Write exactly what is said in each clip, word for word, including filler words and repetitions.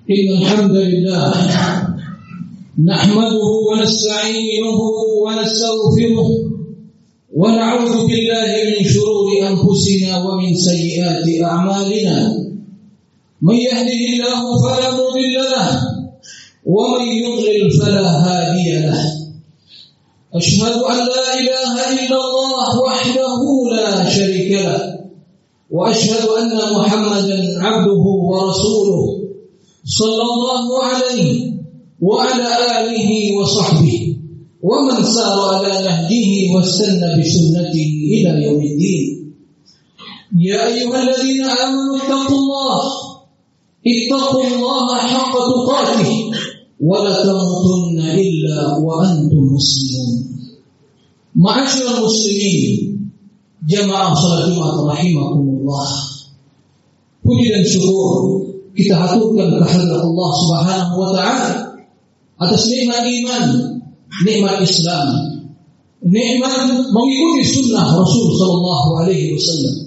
إن الحمد لله نحمده ونستعينه ونستغفره ونعوذ بالله من شرور أنفسنا ومن سيئات أعمالنا من يهده الله فلا مضل له ومن يضلل فلا هادي له أشهد أن لا إله إلا الله وحده لا شريك له وأشهد أن محمدا عبده ورسوله صلى الله عليه وعلى آله وصحبه ومن سار على نهجه واستنى بسنته إلى يوم الدين. يا أيها الذين آمنوا اتقوا الله اتقوا الله حق تقاته ولا تموتن إلا وأنتم مسلمون. معاشر المسلمين jamaah salat Jumat rahimakumullah. Puji dan syukur kita haturkan kehadirat Allah Subhanahu wa taala atas nikmat iman, nikmat Islam, nikmat mengikuti sunnah Rasul sallallahu alaihi wasallam.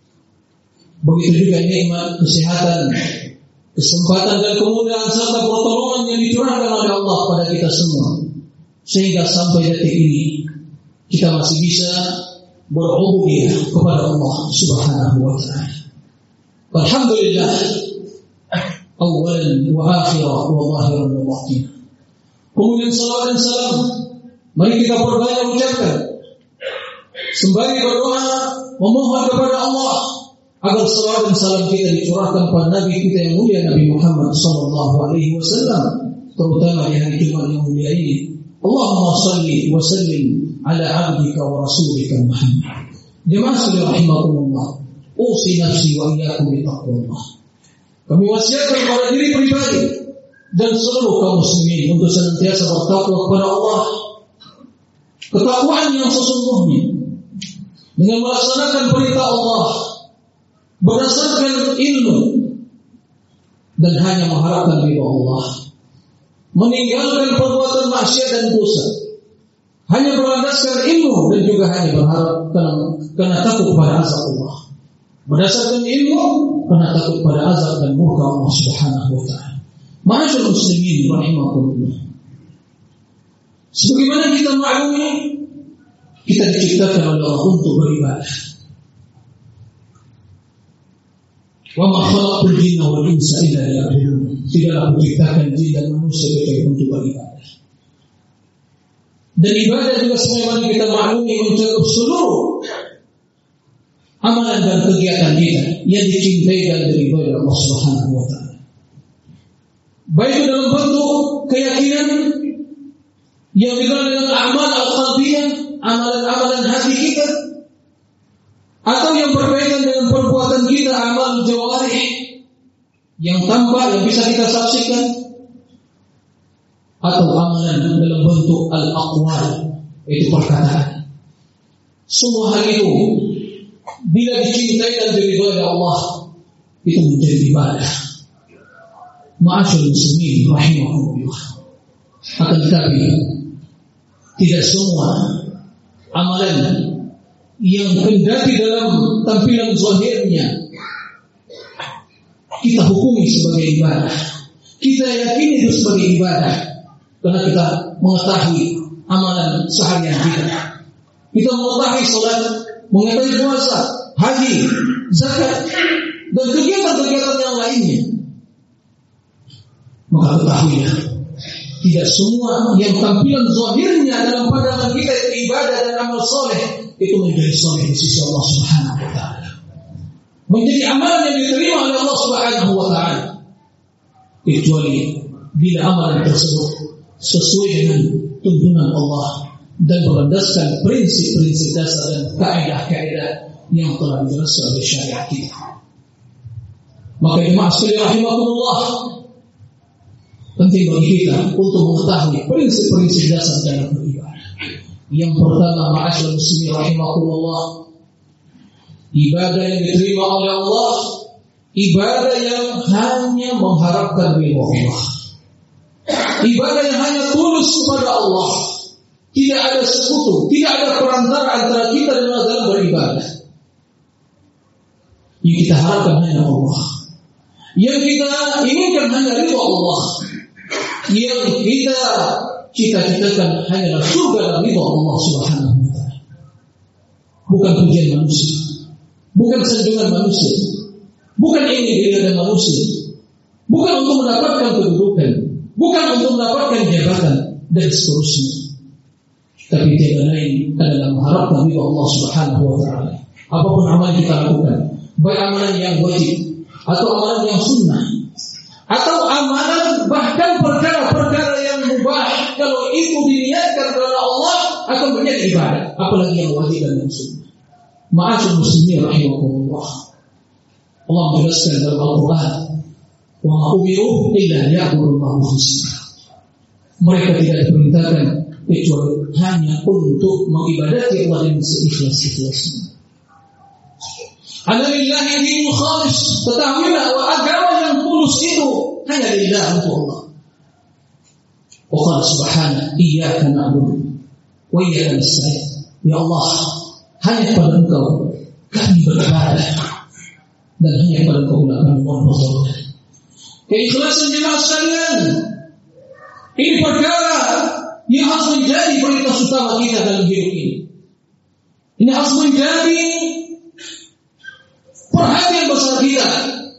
Begitu juga nikmat kesehatan, kesempatan dan kemudahan serta pertolongan yang dicurahkan oleh Allah pada kita semua, sehingga sampai detik ini kita masih bisa berubudiyah kepada Allah Subhanahu wa taala. Alhamdulillah awalan wa akhiran wa zahiran wa batinan. Kemudian salawat dan salam mari kita perbanyak ucapkan sembari berdoa memohon kepada Allah agar salawat dan salam kita dicurahkan pada Nabi kita yang mulia Nabi Muhammad sallallahu alaihi wasallam, terutama di hari Jumat yang mulia ini. Allahumma salli wa sallim ala abdika wa rasulika Muhammad. Jemaah sekalian rahimakumullah, usi nafsi wa iyyakum bi taqwallah. Kami wasiatkan kepada diri pribadi dan seluruh kaum muslimin untuk senantiasa bertakwa kepada Allah, ketakwaan yang sesungguhnya dengan melaksanakan perintah Allah berdasarkan ilmu dan hanya mengharapkan ridha Allah, meninggalkan perbuatan maksiat dan dosa hanya berlandaskan ilmu dan juga hanya berharap karena, karena takut pada azab Allah, berdasarkan ilmu karena takut pada azab dan murka Allah Subhanahu wa taala. Ma'asyiral muslimin rahimakumullah. Sebagaimana kita maklumi, kita diciptakan oleh Allah untuk beribadah. Wa ma khalaqtul jinna wal insa illa liya'budun. Tidaklah menciptakan jin dan manusia kecuali untuk beribadah. Dan ibadah juga sebagaimana kita maklumi mencakup seluruh amalan dan kegiatan kita yang dicintai dan diridhai oleh Allah Subhanahu wa taala. Baik dalam bentuk keyakinan yang dikenal dengan amal al-qalbiyah, amalan-amalan hati kita, atau yang berkaitan dengan perbuatan kita, amal jawarih yang tampak yang bisa kita saksikan, atau amalan dalam bentuk al-aqwal, yaitu perkataan. Semua hal itu bila dicintai dan diridhai oleh Allah itu menjadi ibadah. Ma'asyiral muslimin rahimahumullah. Akan tetapi tidak semua amalan yang kendati dalam tampilan zahirnya kita hukumi sebagai ibadah, kita yakini itu sebagai ibadah karena kita mengetahui amalan seharian kita. Kita mengetahui salat, mengetahui puasa, haji, zakat, dan kegiatan-kegiatan yang lainnya. Maka ketahuilah, tidak semua yang tampilan zahirnya dalam pandangan kita itu ibadah dan amal soleh itu menjadi soleh di sisi Allah Subhanahu wa taala, menjadi amalan yang diterima oleh Allah Subhanahu wa taala, kecuali bila amalan tersebut sesuai dengan tuntunan Allah dan berlandaskan prinsip-prinsip dasar dan kaidah-kaidah yang telah dijelaskan oleh syariat kita. Maka jemaah sekalian rahimakumullah, penting bagi kita untuk mengetahui prinsip-prinsip dasar dalam beribadah. Yang pertama, ma'asyiral muslimin rahimakumullah, ibadah yang diterima oleh Allah, ibadah yang hanya mengharapkan ridha Allah, ibadah yang hanya tulus kepada Allah, tidak ada sekutu, tidak ada perantara antara kita dan Allah dalam beribadah. Yang kita harapkan hanya Allah, Yang kita inginkan hanya ridha Allah. Yang kita cita-citakan hanyalah surga dan ridha Allah Subhanahu wa taala. Bukan pujian manusia, bukan sanjungan manusia, bukan ini dilihat manusia, bukan untuk mendapatkan kedudukan, bukan untuk mendapatkan jabatan dan seterusnya. Tapi tiada lain adalah mengharapkan ridha Allah Subhanahu wa taala. Apapun amal kita lakukan, baik amalan yang wajib atau amalan yang sunnah, atau amalan bahkan perkara-perkara yang mubah, kalau itu diniatkan karena Allah akan menjadi ibadah, apalagi yang wajib dan yang sunnah. Ma'asyar muslimin rahimahumullah, Allah menjelaskan dalam Al-Quran, wa ma umiru illa liya'budullaha mukhlisina. Mereka tidak diperintahkan kecuali hanya untuk mengibadati Allah dengan seikhlas-ikhlasnya. Alhamdulillah dinul khalis, ketahuilah bahwa agama yang tulus itu hanya lillah untuk Allah. Wa qala subhanahu iyyaka na'budu wa iyyaka nasta'in. Ya Allah, hanya kepada Engkau kami beribadah dan hanya kepada Engkau kami mohon pertolongan. Keikhlasan jemaah sekalian, ini perkara yang harus menjadi prioritas utama kita dalam hidup ini. Ini harus menjadi perhatian besar kita.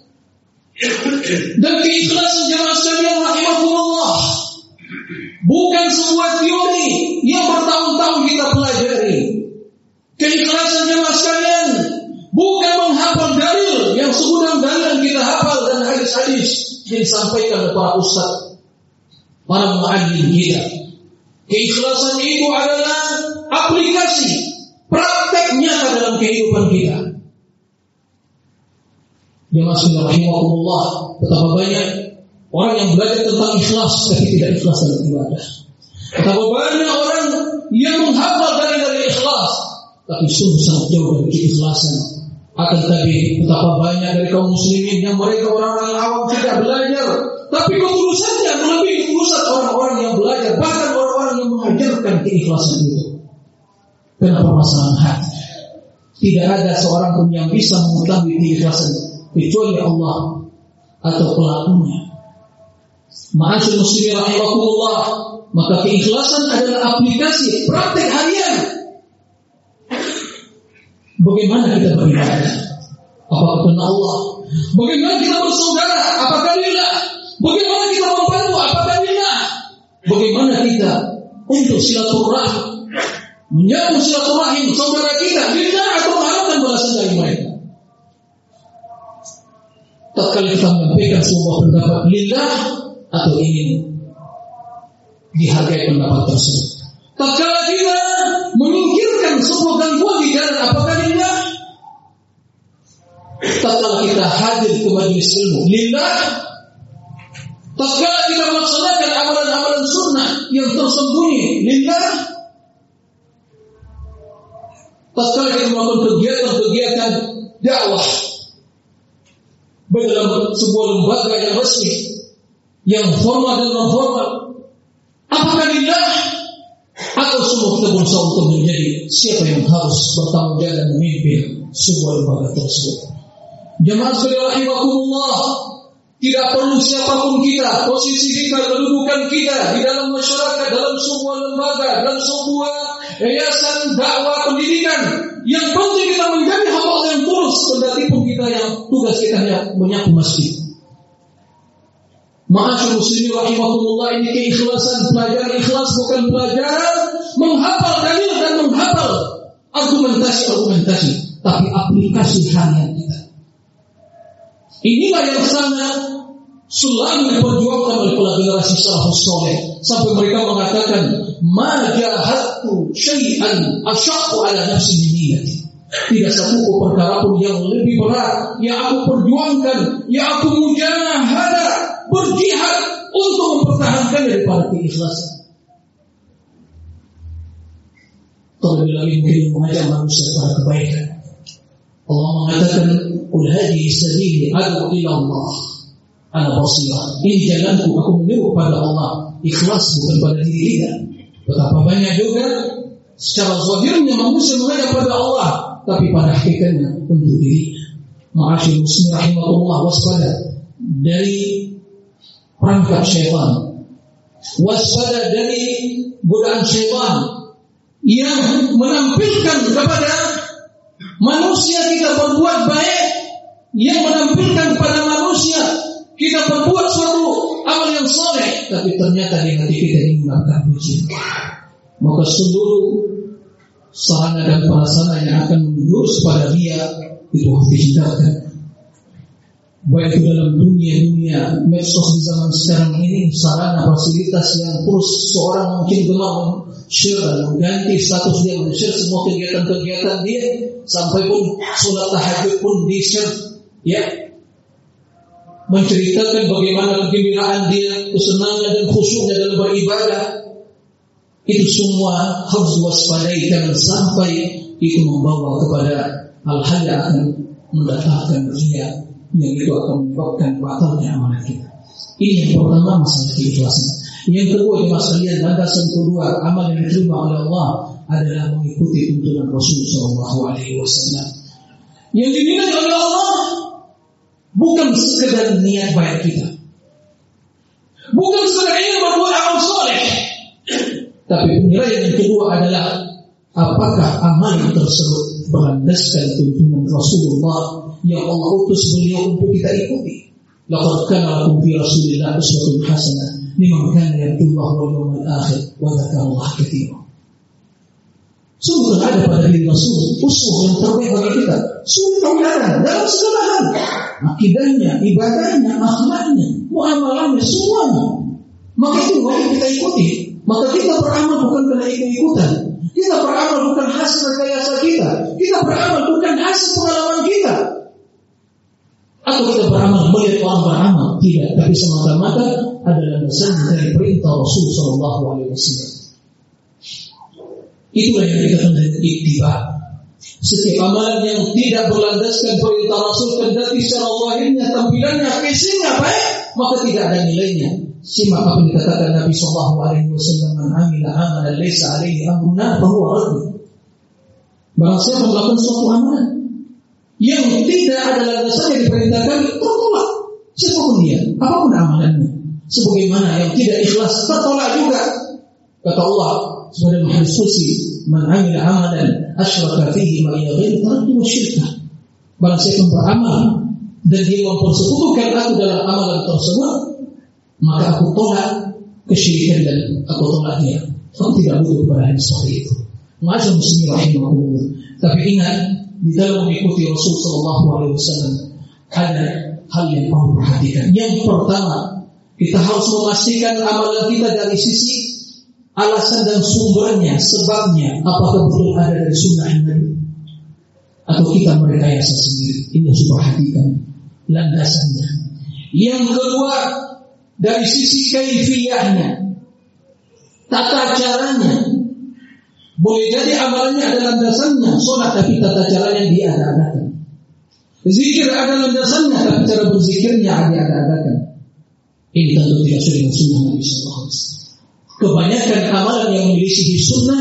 Dan keikhlasan jemaah sekalian rahimahullah bukan sebuah teori yang bertahun-tahun kita pelajari. Keikhlasan jemaah sekalian bukan menghafal dalil yang segudang dalil yang kita hafal dan hadis-hadis yang disampaikan oleh para ustaz, para mu'allim kita. Keikhlasan itu adalah aplikasi praktek nyata dalam kehidupan kita. Jemaah sekalian rahimahumullah, betapa banyak orang yang belajar tentang ikhlas tapi tidak ikhlas dalam ibadah. Betapa banyak orang yang menghafal dari ikhlas tapi sungguh sangat jauh dari keikhlasan. Akan tetapi betapa banyak dari kaum muslimin yang mereka orang-orang awam tidak belajar, tapi ketulusannya melebihi ketulusan orang-orang yang belajar, bahkan orang-orang yang mengajarkan keikhlasan itu. Kenapa permasalahan hati? Tidak ada seorang pun yang bisa mengetahui keikhlasan kecuali Allah atau pelakunya. Ma'asyar muslimin rahimahumullah, maka keikhlasan adalah aplikasi praktek harian. Bagaimana kita beribadah? Apakah karena Allah? Bagaimana kita bersaudara? Apakah lillah? Bagaimana kita membantu? Apakah lillah? Bagaimana kita untuk silaturahim, menyambung silaturahim saudara kita lillah atau mengharapkan balasan dari mereka? Tatkala kita menyampaikan sebuah pendapat lillah atau ingin dihargai pendapat tersebut. Tatkala kita menyingkirkan sebuah gangguan di jalan, apakah lillah? Tatkala kita hadir ke majelis ilmu, lillah? Tatkala kita melaksanakan amalan-amalan sunnah yang tersembunyi, lillah? Tatkala kita melakukan kegiatan-kegiatan dakwah dalam sebuah lembaga yang resmi, yang formal dan non formal, apakah lillah? Atau semua kita berusaha untuk menjadi siapa yang harus bertanggung jawab dan memimpin sebuah lembaga tersebut? Jemaah sekalian rahimakumullah, tidak perlu siapapun kita, posisi kita, kedudukan kita di dalam masyarakat, dalam sebuah lembaga, dalam sebuah yayasan dakwah pendidikan. Yang penting kita menjadi hamba yang tulus, kendati pun kita yang tugas kita hanya menyapu masjid. Ma'asyar muslimin rahimahumullah, ini keikhlasan, pelajaran ikhlas bukan pelajaran menghafal dalil dan menghafal argumentasi-argumentasi, tapi aplikasi harian kita. Inilah yang sangat selalu diperjuangkan oleh para generasi salafus saleh, sampai mereka mengatakan ma jahadtu syai'an asyaqqu ala nafsi min niyyati. Tidak satu perkara pun yang lebih berat yang aku perjuangkan, yang aku mujahadah, berjihad untuk mempertahankan daripada keikhlasan. Terlebih lagi mungkin mengajak manusia kepada kebaikan. Allah mengatakan qul hadhihi sabili ad'u ila Allah ala basirah. Ini jalanku, aku menyeru kepada Allah, ikhlas bukan pada diri kita. Betapa banyak juga secara zahirnya manusia mengajak kepada Allah, tapi pada hakikatnya untuk diri. Ma'asyil muslimin rahimahullah, waspada dari perangkap syaitan, waspada dari godaan syaitan yang menampilkan kepada manusia kita berbuat baik, yang menampilkan kepada manusia kita berbuat suatu amal yang saleh, tapi ternyata di hati kita ini melakukan pujian. Maka seluruh sarana dan prasarana yang akan menjurus pada dia itu harus dihindarkan. Baik itu dalam dunia-dunia medsos di zaman sekarang ini, sarana fasilitas yang terus seorang mungkin gemar share dan mengganti status dia, men-share semua kegiatan-kegiatan dia, sampai pun sholat tahajud pun di-share, ya, menceritakan bagaimana kegembiraan dia, kesenangan dan khusyuknya dalam beribadah. Itu semua harus diwaspadai, jangan sampai itu membawa kepada hal-hal yang akan mendatangkan riya, yang itu akan menyebabkan batalnya amalan kita. Ini yang pertama, masalah keikhlasan. Yang kedua, jemaah sekalian, landasan kedua amal yang diterima oleh Allah adalah mengikuti tuntunan Rasul sallallahu alaihi wasallam. Yang dinilai oleh Allah bukan sekedar niat baik kita, bukan sekedar ingin berbuat amal soleh, tapi penilaian yang kedua adalah apakah amal tersebut berlandaskan tuntunan Rasulullah yang Allah utus beliau untuk kita ikuti. Laqad kana lakum fi Rasulillah uswatun hasanah liman kana yarjullaha wal yawmal akhir wa dzakarallaha katsiran. Sungguh ada pada diri Rasul uswah yang terbaik bagi kita. Sungguh tauladan dalam segala hal, akidahnya, ibadahnya, akhlaknya, muamalahnya, semuanya. Maka itu wajib kita ikuti. Maka kita beramal bukan karena ikut-ikutan. Kita beramal bukan hasil rekayasa kita. Kita beramal bukan hasil pengalaman kita. Atau kita beramal melihat orang beramal, tidak, tapi semata-mata adalah dasar dari perintah Rasul sallallahu alaihi wasallam. Itulah yang kita tandai ittiba. Setiap amalan yang tidak berlandaskan perintah Rasul, kendati secara zahirnya, tampilannya, fisiknya baik, maka tidak ada nilainya. Simak apa yang dikatakan Nabi sallallahu alaihi wasallam, "Man 'amila 'amalan laysa 'alaihi amruna fa huwa radd." Barang siapa melakukan suatu amalan yang tidak ada landasannya diperintahkan, tertolak. Siapapun dia, apapun amalannya, sebagaimana yang tidak ikhlas tertolak juga. Kata Allah sebagaimana hadis qudsi, "Man 'amila 'amalan asyraka fihi ma ghairi taraktu syirka." Barang siapa beramal dan dia mempersekutukan aku dalam amalan tersebut, maka aku tolak kesyirikan dan aku tolak dia. Aku tidak butuh kepada yang seperti itu. Ma'asyiral muslimin rahimahumullah. Tapi ingat, di dalam mengikuti Rasul sallallahu alaihi wasallam ada hal yang perlu perhatikan. Yang pertama, kita harus memastikan amalan kita dari sisi alasan dan sumbernya, sebabnya, apakah betul ada dari sunnah Nabi atau kita merekayasa sendiri. Ini harus perhatikan landasannya. Yang kedua, dari sisi kaifiyahnya, tata caranya. Boleh jadi amalannya ada landasannya, sholat, tapi tata caranya dia ada-adakan. Zikir ada landasannya, tapi cara berzikirnya dia ada-adakan. Ini tentu tidak sesuai dengan sunnah Nabi sallallahu alaihi wasallam. Kebanyakan amalan yang menyelisihi sunnah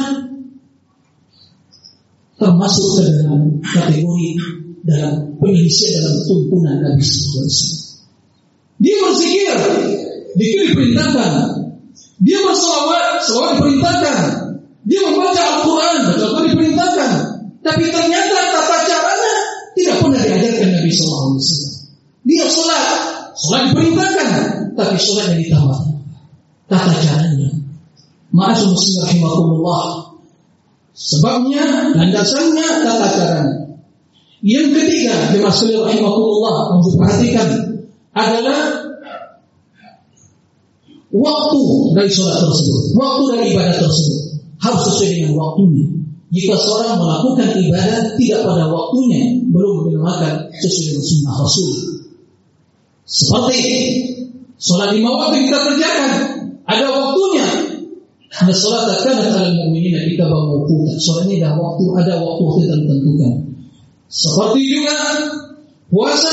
termasuk ke dalam kategori dalam penyelisihan dalam tuntunan Nabi sallallahu alaihi wasallam. Dia berzikir, zikir diperintahkan. Dia berselawat, selawat diperintahkan. Dia membaca Al-Quran, baca Al-Quran diperintahkan. Tapi ternyata tata caranya tidak pernah diajarkan Nabi sallallahu alaihi wasallam. Dia sholat, sholat diperintahkan, tapi sholatnya ditambah tata caranya. Ma'asyiral muslimin rahimakumullah. Sebabnya, landasannya, tata caranya. Yang ketiga, jemaah sekalian rahimakumullah, untuk perhatikan adalah waktu dari sholat tersebut, waktu dari ibadah tersebut harus sesuai dengan waktunya. Jika seorang melakukan ibadah tidak pada waktunya, belum dinamakan sesuai dengan sunnah Rasul. Seperti sholat lima waktu kita kerjakan, ada waktunya. Ada sholat kanat 'alal mu'minina kitaban mawquta. Sholat ini ada waktu, ada waktu yang ditentukan. Seperti juga puasa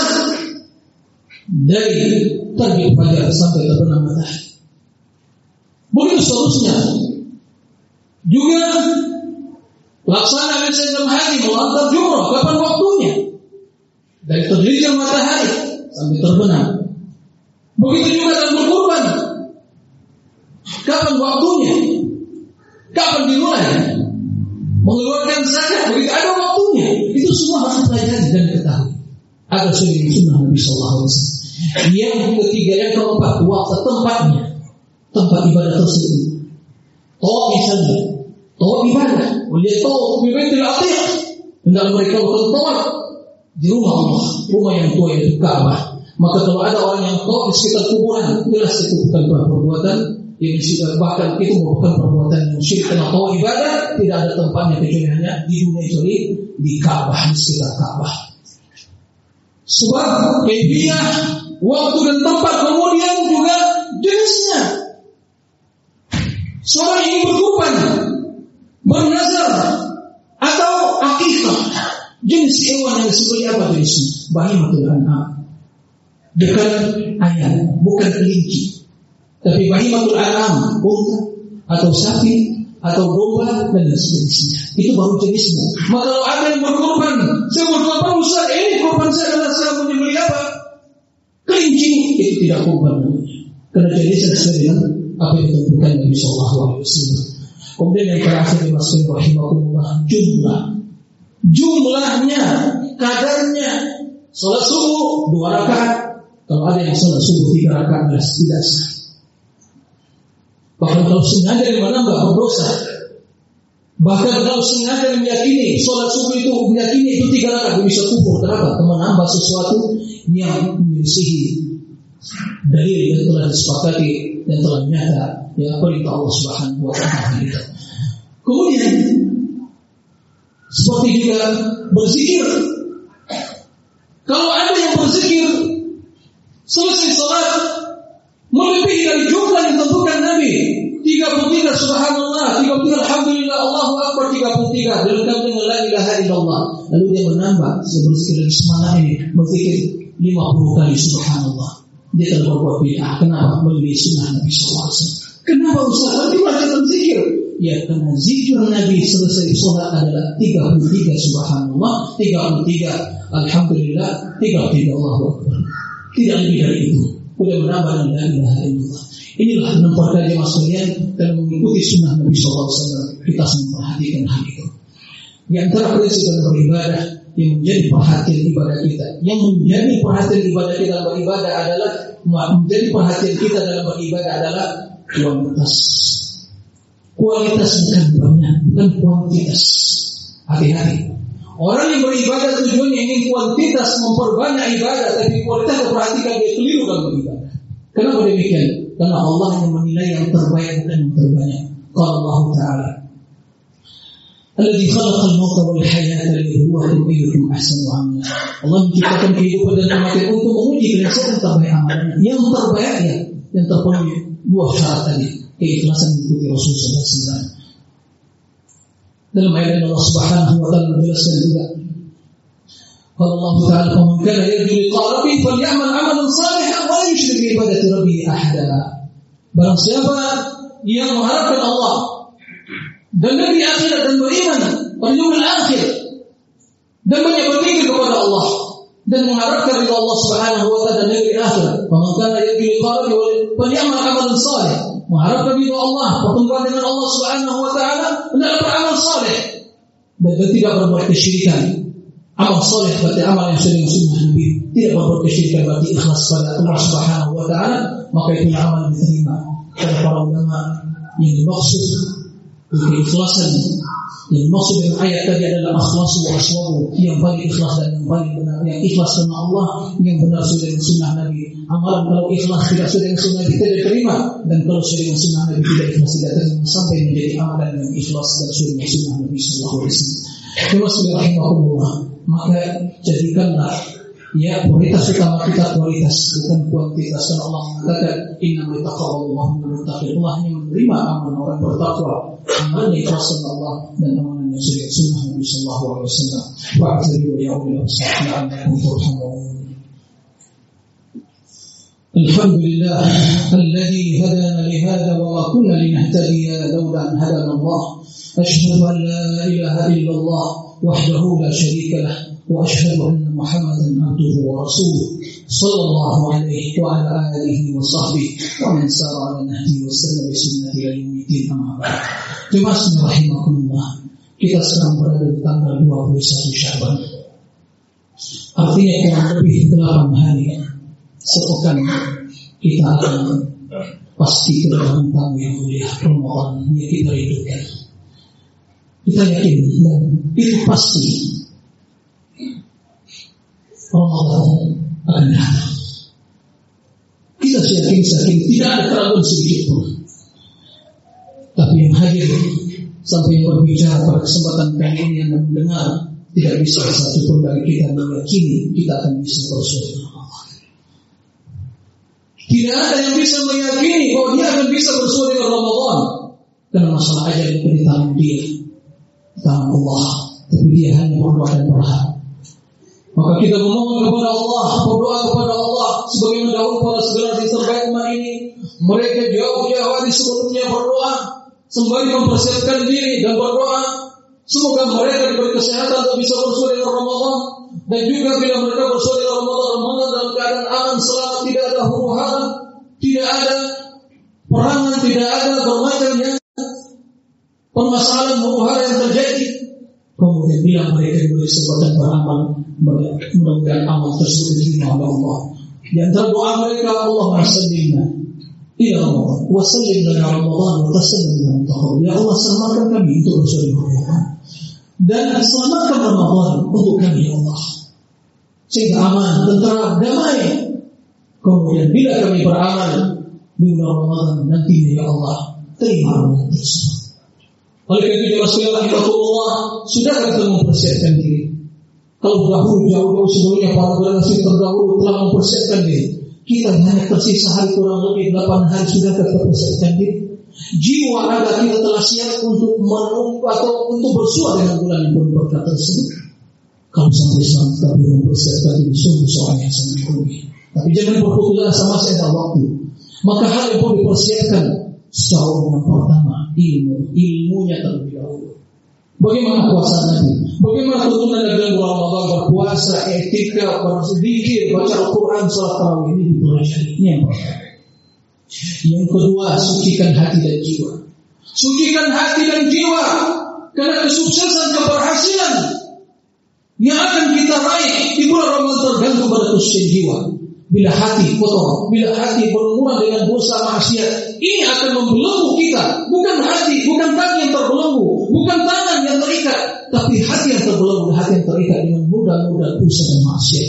dari terbit fajar sampai terbenam matahari. Begitu seterusnya. Juga laksana dalam haji mengantar jumrah, kapan waktunya? Dari terbitnya matahari sampai terbenam. Begitu juga dalam berkurban. Kapan waktunya? Kapan dimulai? Mengeluarkan zakat, begitu ada waktunya. Itu semua harus dipelajari dan diketahui agar sesuai dengan sunnah Nabi Sallallahu Alaihi Wasallam. Yang ketiga, yang keempat, waktu tempatnya, tempat ibadah tersebut. Tawaf misalnya, tawaf ibadah, melihat tawaf di Baitul Atiq, hendak mereka melakukan tawaf di rumah Allah, rumah yang tua yaitu Ka'bah. Maka kalau ada orang yang tawaf di sekitar kuburan, jelas itu bukan perbuatan yang sudah, bahkan itu merupakan perbuatan yang syirik. Karena tawaf ibadah tidak ada tempatnya kecuali hanya di dunia, kecuali di Ka'bah, di sekitar Ka'bah. Sebab kaifiyah, waktu dan tempat, kemudian juga jenisnya. Seorang ingin berkurban, bernazar atau akikah, jenis hewan yang disembelih apa jenisnya? Bahimatul an'am, bukan ayam, bukan kelinci, tapi bahimatul an'am, unta atau sapi atau domba dan sejenisnya. Itu baru jenisnya. Maka kalau ada yang berkorban, saya berkorban Ustaz, ini korban saya adalah saya menyembelih apa? Kelinci, itu tidak korban namanya. Karena jenisnya sesuai dengan apa yang ditentukan Nabi Sallallahu Alaihi Wasallam. Kemudian yang terakhir dimaksudkan rahimahullah, jumlah, jumlahnya, kadarnya. Salat subuh dua rakaat. Kalau ada yang salat subuh tiga rakaat tidak sah. Bahkan kalau sengaja menambah berdosa. Bahkan kalau sengaja meyakini salat subuh itu meyakini itu tiga rakaat bisa kufur. Kenapa? Menambah sesuatu yang menyelisihi dalil yang telah disepakati dan telah nyata ya perintah Allah Subhanahu wa taala itu. Kemudian seperti juga berzikir. Kalau ada yang berzikir selesai salat melebihi dari jumlah yang ditentukan Nabi, tiga puluh tiga subhanallah, tiga puluh tiga alhamdulillah, Allahu akbar, tiga puluh tiga dilengkapi dengan la ilaha illallah. Lalu dia menambah, saya berzikir dari semangat ini, berzikir lima puluh kali subhanallah. Dia telah berbuat bid'ah. Kenapa? Melebihi sunnah Nabi Sallallahu Alaihi Wasallam. Kenapa Ustaz? Nanti belajar zikir. Ya, karena zikir Nabi selesai sholat adalah tiga puluh tiga subhanallah, tiga puluh tiga alhamdulillah, tiga puluh tiga Allahu akbar. Tidak lebih dari itu. Sudah menambah la ilaha illallah. Inilah enam perkara jemaah sekalian dan mengikuti sunnah Nabi Sallallahu Alaihi Wasallam. Kita harus memperhatikan hal itu. Di antara prinsip dalam beribadah yang menjadi perhatian ibadah kita, yang menjadi perhatian ibadah kita dalam beribadah adalah menjadi perhatian kita dalam beribadah adalah kualitas. Kualitas bukan banyak, bukan kuantitas. Hati-hati. Orang yang beribadah tujuannya ingin kuantitas memperbanyak ibadah, tapi kualitas perhatikan dia keliru dalam beribadah. Kenapa demikian? Karena Allah yang menilai yang terbaik dan yang terbanyak. Qala Allah Ta'ala, Alladzi khalaqal mauta wal hayata liyabluwakum ayyukum ahsanu amala. Allah menciptakan kehidupan dan kematian untuk menguji kalian siapa yang terbaik amalannya. Yang terbaik ya, yang terpenuhi dua syarat tadi, keikhlasan mengikuti Rasulullah sallallahu alaihi wasallam. Dalam ayat Allah Subhanahu wa taala menjelaskan juga, qala Allah Ta'ala, "Man kana yarju liqa'a rabbih falyamal 'amalan shalihan wa la yushrik bi ibadati rabbih ahada." Barang siapa yang mengharapkan Allah dan negeri akhirat dan beriman pada yaumil akhir dan banyak berzikir kepada Allah dan mengharapkan ridha Allah Subhanahu wa taala dan negeri akhirat, maka kana yarju liqa'a falyamal 'amalan salih, mengharapkan ridha Allah, pertemuan dengan Allah Subhanahu wa taala, hendaklah beramal saleh dan tidak berbuat kesyirikan. Amal saleh berarti amal yang sesuai dengan sunnah Nabi, tidak berbuat kesyirikan berarti ikhlas pada Allah Subhanahu wa taala, maka itu amal yang diterima. Kata para ulama, yang dimaksud keikhlasan yang dimaksud dengan ayat tadi adalah akhlasu wa aswabu, yang paling ikhlas dan yang paling benar, yang ikhlas karena Allah, yang benar sesuai dengan sunnah Nabi. Amalan kalau ikhlas tidak sesuai dengan sunnah Nabi tidak diterima, dan kalau sesuai dengan sunnah Nabi tidak ikhlas tidak diterima, sampai menjadi amalan yang ikhlas dan sesuai dengan sunnah Nabi sallallahu alaihi wasallam. Bismillahirrahmanirrahim. Maka jadikanlah ya prioritas utama kita kualitas bukan kuantitas. Karena Allah mengatakan innamal taqwallahu minal muttaqin. Allah hanya menerima amalan orang bertakwa, amalan yang ikhlas karena Allah dan amalan yang sesuai sunnah Nabi sallallahu alaihi wasallam. Wa'adzani wa ya'udhu la'annakum turhamun. Alhamdulillah alladzi hadana li hadha wa ma kunna linahtadiya lawla an hadana Allah. Asyhadu an la ilaha illallah wahdahu la syarika lah wa asyhadu anna Muhammadan abduhu wa rasuluh sallallahu alaihi wa ala alihi wa sahbihi wa man sara ala nahjihi wa sallam bi sunnati ila yaumil amma ba'd. Jemaah rahimakumullah, kita sedang berada di tanggal dua puluh satu Sya'ban. Artinya kurang lebih delapan hari sepekan kita akan pasti kedatangan tamu yang mulia Ramadan yang kita rindukan. Kita yakin dan itu pasti Ramadan akan datang. Kita yakin yakin tidak ada keraguan sedikit pun. Tapi yang hadir sampai yang berbicara pada kesempatan kali ini yang mendengar, tidak bisa satu pun dari kita meyakini kita akan bisa bersuara dengan Allah. Tidak ada yang bisa meyakini bahwa dia akan bisa bersuara dengan Ramadan, karena masalah ajar yang di tangan dia, di tangan Allah. Tapi dia hanya berdoa dan berharap. Maka kita memohon kepada Allah, berdoa kepada Allah sebagaimana dahulu para generasi terbaik umat ini, mereka jauh-jauh hari sebelumnya berdoa sembari mempersiapkan diri dan berdoa semoga mereka diberi kesehatan untuk bisa bersuara dengan Ramadan, dan juga bila mereka bersuara dengan Ramadan, Ramadan dalam keadaan aman, selamat, tidak ada huru-hara, tidak ada perangan, tidak ada bermacamnya permasalahan huru-hara yang terjadi. Kemudian bila mereka diberi kesempatan beramal, mudah-mudahan amal tersebut diterima oleh Allah. Di antara doa mereka, Allahumma sallimna ila Ramadan wa sallim lana Ramadan wa tasallim lana tahur. Ya Allah, selamatkan kami untuk bersuara Ramadan dan selamatkan Ramadan untuk kami ya Allah, sehingga aman, tentram, damai. Kemudian bila kami beramal di bulan Ramadan nantinya ya Allah, terima amal tersebut. Oleh karena itu Rasulullah Rasulullah sudah kita mempersiapkan diri. Kalau dahulu jauh-jauh sebelumnya para generasi terdahulu telah mempersiapkan diri, kita hanya tersisa hari kurang lebih delapan hari sudah kita persiapkan diri. Jiwa raga kita telah siap untuk menunggu atau untuk bersuara dengan bulan yang penuh berkah tersebut. Kalau sampai sekarang kita belum mempersiapkan diri, sungguh soal yang sangat rumit. Tapi jangan berputus asa, masih ada waktu. Maka hal yang perlu dipersiapkan secara yang pertama ilmu, ilmunya terlebih dahulu. Bagaimana puasa Nabi? Bagaimana tuntunan dalam Ramadan berpuasa, etika, berzikir, baca Al-Quran, salat tarawih, ini dipelajari. Ini yang pertama. Yang kedua, sucikan hati dan jiwa. Sucikan hati dan jiwa, karena kesuksesan, keberhasilan yang akan kita raih di bulan Ramadan tergantung pada kesucian jiwa. Bila hati kotor, bila hati berumuran dengan dosa maksiat, ini akan membelenggu kita. Bukan hati, bukan kaki yang terbelenggu, bukan tangan yang terikat, tapi hati yang terbelenggu, hati yang terikat dengan mudah-mudah dosa dan maksiat.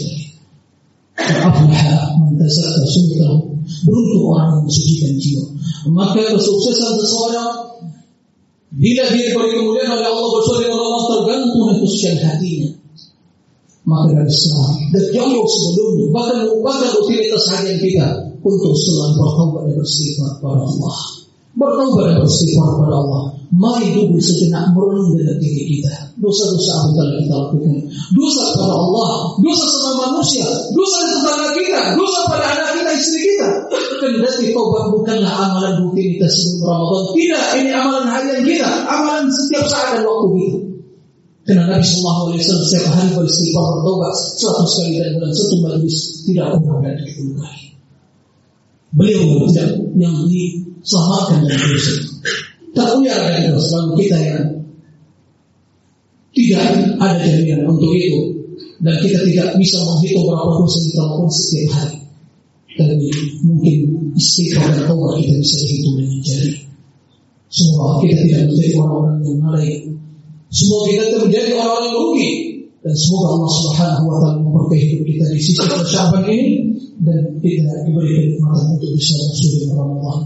Aflaha man tazakka sumtahu, beruntung orang yang mensucikan jiwa. Maka kesuksesan seseorang bila dia diberi kemuliaan oleh Allah bersuara dengan Allah tergantung dengan kesucian hatinya. Maka dari Islam dan jauh sebelumnya bahkan merupakan rutinitas harian kita untuk selalu bertaubat dan beristighfar kepada Allah. Bertaubat dan beristighfar kepada Allah. Mari duduk sejenak merenung dengan diri kita. Dosa-dosa apa yang telah kita lakukan? Dosa kepada Allah, dosa sama manusia, dosa di tetangga kita, dosa pada anak kita, istri kita. Kendati taubat bukanlah amalan rutinitas sebelum Ramadan. Tidak, ini amalan harian kita, amalan setiap saat dan waktu kita. Karena Nabi Sallallahu Alaihi Wasallam setiap hari beristighfar bertaubat seratus kali dan bulan satu majlis tidak pernah dan sepuluh kali. Beliau tidak yang diselamatkan dari dosa. Tak punya ada dosa, selalu kita yang tidak ada jaminan untuk itu, dan kita tidak bisa menghitung berapa dosa yang kita lakukan setiap hari. Tapi mungkin istighfar dan taubat kita bisa dihitung dengan jari. Semoga kita tidak menjadi orang-orang yang lalai. Semoga kita tidak menjadi orang-orang yang merugi, dan semoga Allah Subhanahu wa taala memberkahi hidup kita di sisi Sya'ban ini, dan kita diberi kenikmatan untuk bisa masuk di Ramadan.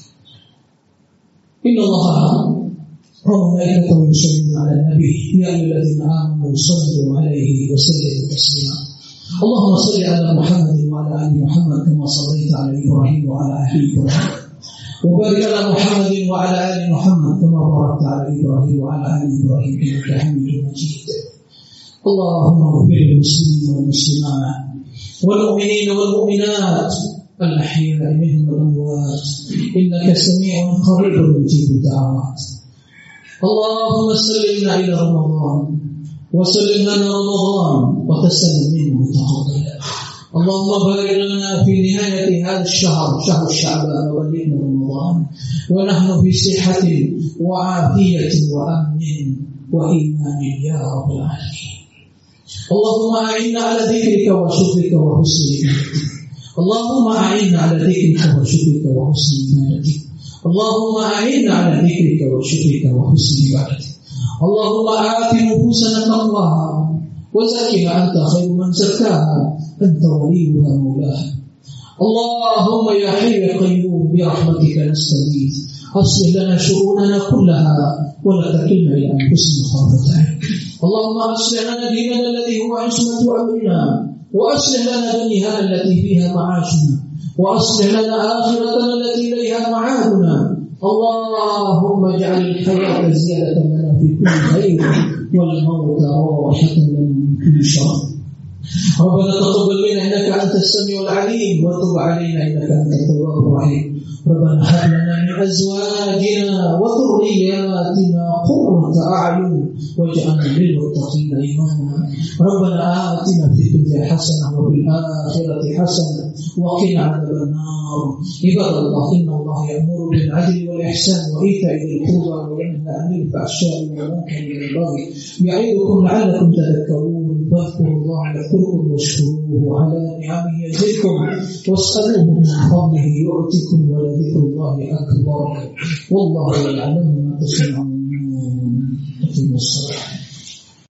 Inna Allah wa malaikatahu yusholluna 'alan nabi ya ayyuhalladzina amanu shallu 'alaihi wa sallimu taslima. Allahumma shalli 'ala Muhammadin wa 'ala ali Muhammad kama shallaita 'ala Ibrahim wa 'ala ali Ibrahim. وبارك على محمد وعلى آل محمد كما باركت على إبراهيم وعلى آل إبراهيم إنك حميد مجيد. اللهم اغفر للمسلمين والمسلمات والمؤمنين والمؤمنات الأحياء منهم والأموات إنك سميع قريب مجيب الدعوات. اللهم سلمنا إلى رمضان وسلم لنا رمضان وتسلم منه تقبلا. اللهم بارك لنا في نهاية هذا الشهر شهر شعبان وبلغنا رمضان ونحن في صحة وعافية وأمن وإيمان يا رب العالمين. اللهم أعنا على ذكرك وشكرك وحسن عبادتك. اللهم أعنا على ذكرك وشكرك وحسن عبادتك. اللهم أعنا على ذكرك وشكرك وحسن عبادتك. اللهم آت نفوسنا تقواها وزكها أنت خير من زكاها أنت وليها مولاها. اللهم يا حي يا قيوم برحمتك نستغيث أصلح لنا شؤوننا كلها ولا تكلنا إلى أنفسنا طرفة عين. اللهم أصلح لنا ديننا الذي هو عصمة أمرنا وأصلح لنا دنيانا التي فيها معاشنا وأصلح لنا آخرتنا التي إليها معادنا. اللهم اجعل الحياة زيادة لنا في كل خير والموت راحة لنا من كل شر. ربنا تقبل منا إنك أنت السميع العليم وتب علينا إنك أنت التواب الرحيم. ربنا هب لنا من أزواجنا وذرياتنا قرة أعين واجعلنا للمتقين إماما. ربنا آتنا في الدنيا حسنة وفي الآخرة حسنة وقنا عذاب النار. عباد الله إن الله يأمر بالعدل والإحسان وإيتاء ذي القربى وينهى عن الفحشاء والمنكر والبغي يعظكم لعلكم تذكرون. فاذكروا الله يذكركم واشكروه على نعمه يزدكم واسألوه من فضله يؤتكم ولذكر الله أكبر والله يعلم ما تصنعون. أقيموا الصلاة.